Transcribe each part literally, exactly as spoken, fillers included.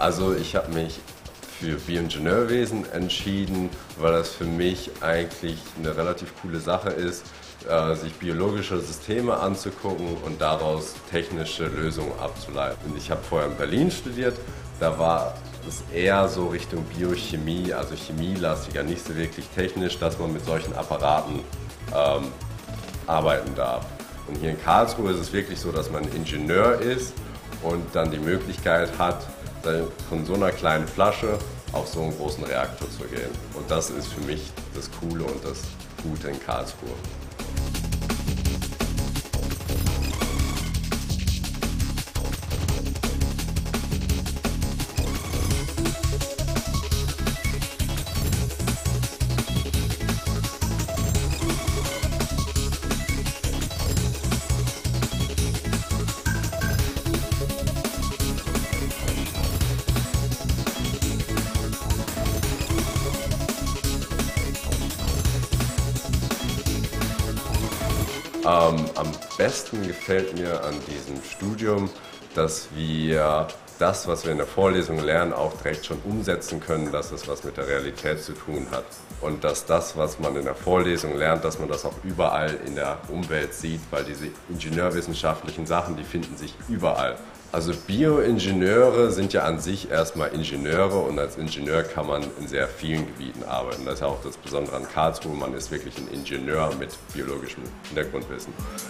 Also ich habe mich für Bioingenieurwesen entschieden, weil das für mich eigentlich eine relativ coole Sache ist, äh, sich biologische Systeme anzugucken und daraus technische Lösungen abzuleiten. Ich habe vorher in Berlin studiert, da war es eher so Richtung Biochemie, also chemielastiger, nicht so wirklich technisch, dass man mit solchen Apparaten ähm, arbeiten darf. Und hier in Karlsruhe ist es wirklich so, dass man Ingenieur ist und dann die Möglichkeit hat, von so einer kleinen Flasche auf so einen großen Reaktor zu gehen. Und das ist für mich das Coole und das Gute in Karlsruhe. Ähm, am besten gefällt mir an diesem Studium, dass wir das, was wir in der Vorlesung lernen, auch direkt schon umsetzen können, dass es was mit der Realität zu tun hat. Und dass das, was man in der Vorlesung lernt, dass man das auch überall in der Umwelt sieht, weil diese ingenieurwissenschaftlichen Sachen, die finden sich überall. Also Bioingenieure sind ja an sich erstmal Ingenieure und als Ingenieur kann man in sehr vielen Gebieten arbeiten. Das ist ja auch das Besondere an Karlsruhe, man ist wirklich ein Ingenieur mit biologischem Hintergrundwissen.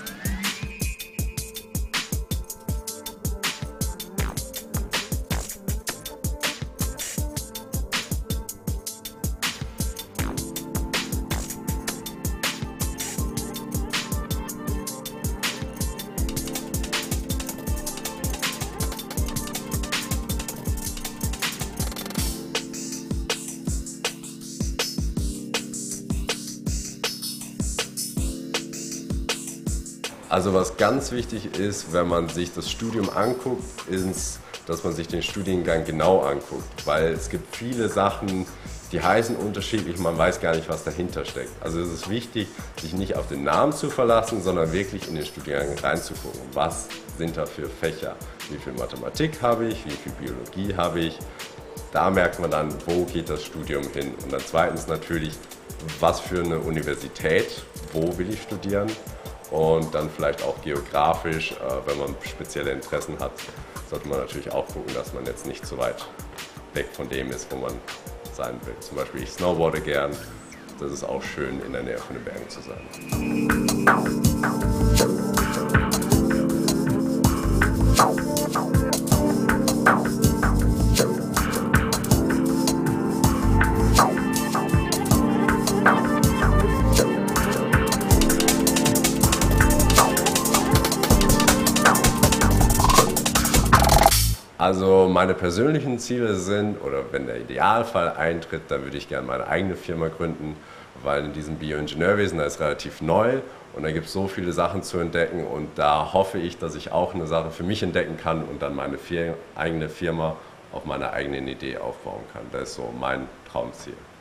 Also was ganz wichtig ist, wenn man sich das Studium anguckt, ist, dass man sich den Studiengang genau anguckt, weil es gibt viele Sachen, die heißen unterschiedlich, man weiß gar nicht, was dahinter steckt. Also es ist wichtig, sich nicht auf den Namen zu verlassen, sondern wirklich in den Studiengang reinzugucken. Was sind da für Fächer? Wie viel Mathematik habe ich? Wie viel Biologie habe ich? Da merkt man dann, wo geht das Studium hin? Und dann zweitens natürlich, was für eine Universität, wo will ich studieren? Und dann vielleicht auch geografisch, wenn man spezielle Interessen hat, sollte man natürlich auch gucken, dass man jetzt nicht zu weit weg von dem ist, wo man sein will. Zum Beispiel ich snowboarde gern, das ist auch schön, in der Nähe von den Bergen zu sein. Also meine persönlichen Ziele sind, oder wenn der Idealfall eintritt, dann würde ich gerne meine eigene Firma gründen, weil in diesem Bioingenieurwesen, da ist relativ neu und da gibt es so viele Sachen zu entdecken und da hoffe ich, dass ich auch eine Sache für mich entdecken kann und dann meine Fir- eigene Firma auf meiner eigenen Idee aufbauen kann. Das ist so mein Traumziel.